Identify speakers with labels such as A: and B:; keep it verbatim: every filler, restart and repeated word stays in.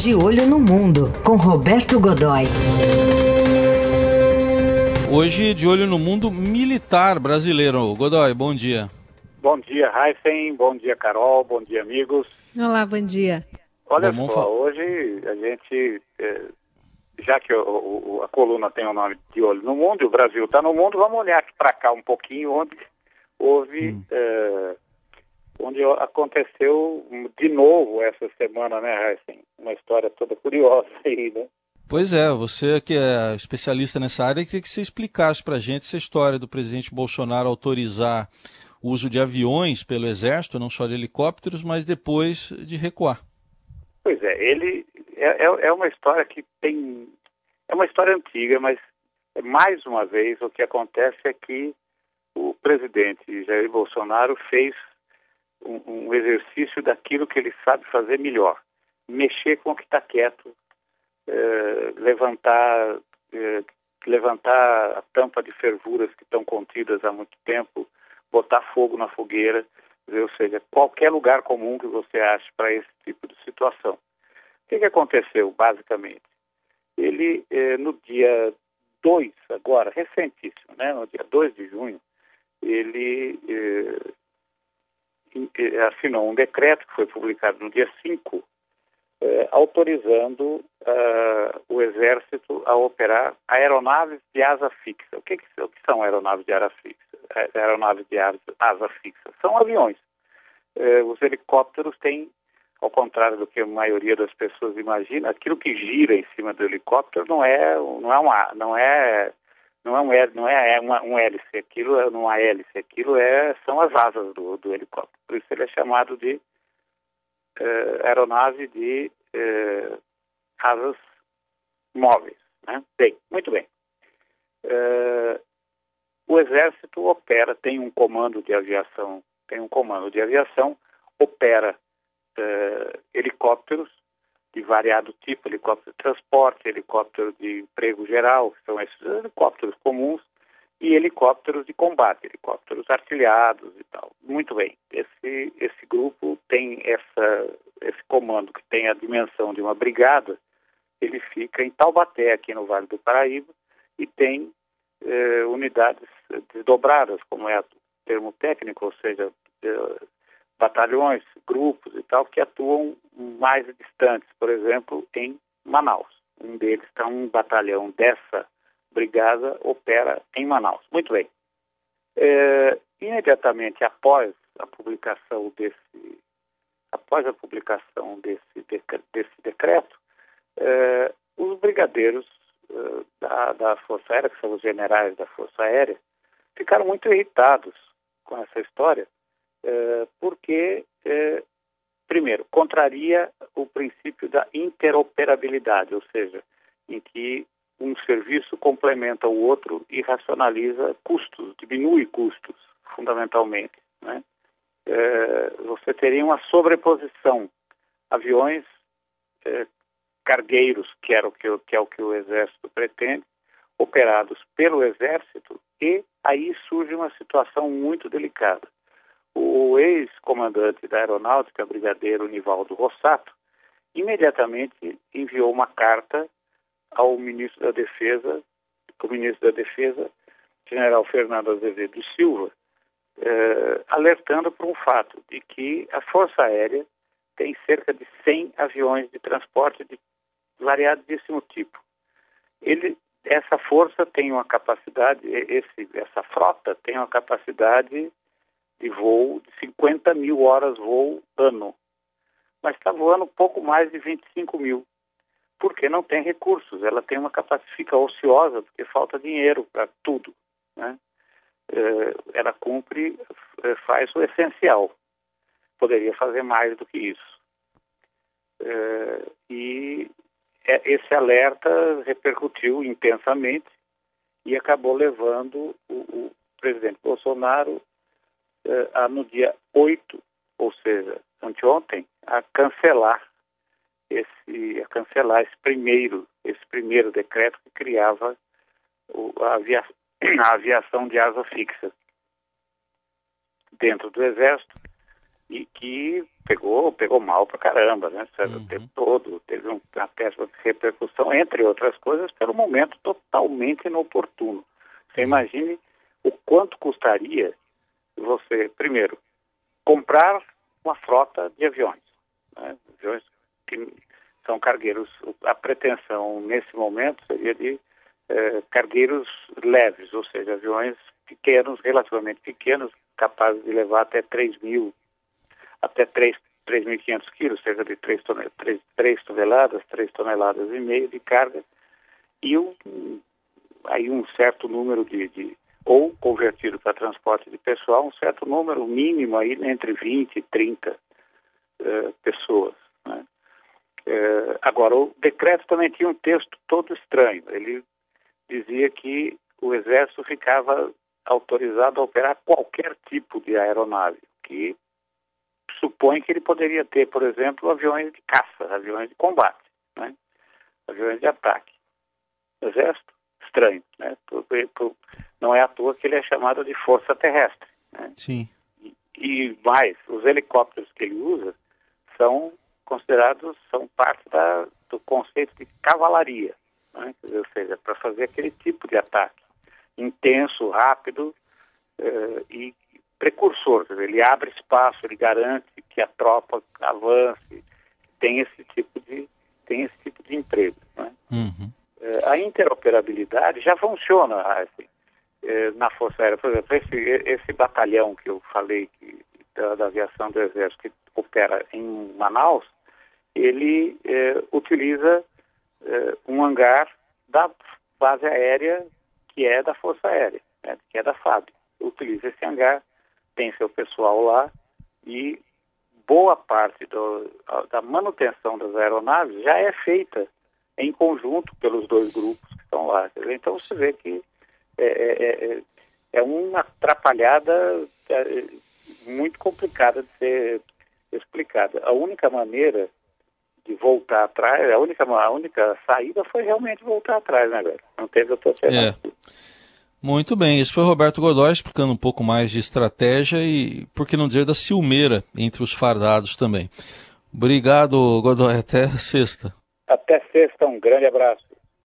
A: De Olho no Mundo, com Roberto Godoy.
B: Hoje, de olho no mundo militar brasileiro. Godoy, bom dia.
C: Bom dia, Heisen. Bom dia, Carol. Bom dia, amigos.
D: Olá, bom dia.
C: Olha
B: Bom,
C: só,
B: fa-
C: hoje a gente, é, já que o, o, a coluna tem o nome de Olho no Mundo e o Brasil está no mundo, vamos olhar aqui para cá um pouquinho, onde houve, hum. é, onde aconteceu de novo essa semana, né, Heisen? Uma história toda curiosa aí, né?
B: Pois é, você que é especialista nessa área, queria que você explicasse para a gente essa história do presidente Bolsonaro autorizar o uso de aviões pelo Exército, não só de helicópteros, mas depois de recuar.
C: Pois é, ele é, é uma história que tem, é uma história antiga, mas mais uma vez o que acontece é que o presidente Jair Bolsonaro fez um, um exercício daquilo que ele sabe fazer melhor, mexer com o que está quieto, eh, levantar, eh, levantar a tampa de fervuras que estão contidas há muito tempo, botar fogo na fogueira, ou seja, qualquer lugar comum que você ache para esse tipo de situação. O que, que aconteceu, basicamente? Ele, eh, no dia dois, agora, recentíssimo, né, no dia dois de junho, ele eh, assinou um decreto que foi publicado no dia cinco, eh, autorizando uh, o Exército a operar aeronaves de asa fixa. O que, que, o que são aeronaves de asa fixa? Aeronaves de asa fixa são aviões. Eh, os helicópteros têm, ao contrário do que a maioria das pessoas imagina, aquilo que gira em cima do helicóptero não é, não é uma, não é, não é um, não é uma, um hélice, aquilo não é hélice, aquilo é, são as asas do, do helicóptero. Por isso ele é chamado de eh, aeronave de eh, asas móveis, né? Bem, muito bem. Eh, O Exército opera, tem um comando de aviação, tem um comando de aviação, opera uh, helicópteros de variado tipo, helicóptero de transporte, helicóptero de emprego geral, que são esses helicópteros comuns, e helicópteros de combate, helicópteros artilhados e tal. Muito bem, esse, esse grupo tem essa, esse comando que tem a dimensão de uma brigada, ele fica em Taubaté, aqui no Vale do Paraíba, e tem Eh, unidades desdobradas, como é o termo técnico, ou seja, eh, batalhões, grupos e tal, que atuam mais distantes, por exemplo, em Manaus. Um deles está um batalhão dessa brigada, opera em Manaus. Muito bem. Eh, imediatamente após a publicação desse, após a publicação desse, desse decreto, eh, os brigadeiros Da, da Força Aérea, que são os generais da Força Aérea, ficaram muito irritados com essa história, eh, porque, eh, primeiro, contraria o princípio da interoperabilidade, ou seja, em que um serviço complementa o outro e racionaliza custos, diminui custos, fundamentalmente, né? Eh, você teria uma sobreposição, aviões eh, cargueiros, que, era o que, que é o que o Exército pretende, operados pelo Exército, e aí surge uma situação muito delicada. O ex-comandante da Aeronáutica, brigadeiro Nivaldo Rossato, imediatamente enviou uma carta ao ministro da Defesa, o ministro da Defesa, general Fernando Azevedo Silva, eh, alertando para um fato de que a Força Aérea tem cerca de cem aviões de transporte de variadíssimo tipo. Ele, essa força tem uma capacidade, esse, essa frota tem uma capacidade de voo de cinquenta mil horas voo ano, mas está voando pouco mais de vinte e cinco mil, porque não tem recursos. Ela tem uma capacidade, fica ociosa porque falta dinheiro para tudo, né? Eh, ela cumpre, faz o essencial. Poderia fazer mais do que isso. Eh, e esse alerta repercutiu intensamente e acabou levando o, o presidente Bolsonaro eh, a, no dia oito, ou seja, anteontem, a cancelar esse, a cancelar esse primeiro, esse primeiro decreto que criava o, a, avia, a aviação de asa fixa dentro do Exército, e que pegou, pegou mal pra caramba, né? Uhum. O tempo todo, teve uma péssima repercussão, entre outras coisas, pelo momento totalmente inoportuno. Você imagine o quanto custaria você, primeiro, comprar uma frota de aviões, né? Aviões que são cargueiros. A pretensão nesse momento seria de eh, cargueiros leves, ou seja, aviões pequenos, relativamente pequenos, capazes de levar até três mil, até três mil e quinhentos quilos, cerca de três toneladas, três toneladas e meio de carga, e um, aí um certo número de, de ou convertido para transporte de pessoal, um certo número mínimo aí entre vinte e trinta uh, pessoas, né? Uh, agora, o decreto também tinha um texto todo estranho. Ele dizia que o Exército ficava autorizado a operar qualquer tipo de aeronave, que supõe que ele poderia ter, por exemplo, aviões de caça, aviões de combate, né? Aviões de ataque. O Exército, estranho, né? Por, por, não é à toa que ele é chamado de força terrestre, né?
B: Sim.
C: E, e mais, os helicópteros que ele usa são considerados, são parte da, do conceito de cavalaria, né? Ou seja, para fazer aquele tipo de ataque intenso, rápido uh, e precursor. Quer dizer, ele abre espaço, ele garante que a tropa avance, tem esse tipo de, tem esse tipo de emprego, né?
B: Uhum.
C: Uh, a interoperabilidade já funciona assim, uh, na Força Aérea. Por exemplo, esse, esse batalhão que eu falei que, da, da aviação do Exército que opera em Manaus, ele uh, utiliza uh, um hangar da base aérea que é da Força Aérea, né, que é da F A B. Utiliza esse hangar, tem seu pessoal lá e boa parte do, da manutenção das aeronaves já é feita em conjunto pelos dois grupos que estão lá. Então você vê que é, é, é, é uma atrapalhada é, muito complicada de ser explicada. A única maneira de voltar atrás, a única, a única saída foi realmente voltar atrás, né, velho? Não teve outra alternativa.
B: É. Muito bem, esse foi Roberto Godoy explicando um pouco mais de estratégia e, por que não dizer, da ciumeira entre os fardados também. Obrigado, Godoy. Até sexta.
C: Até sexta, um grande abraço.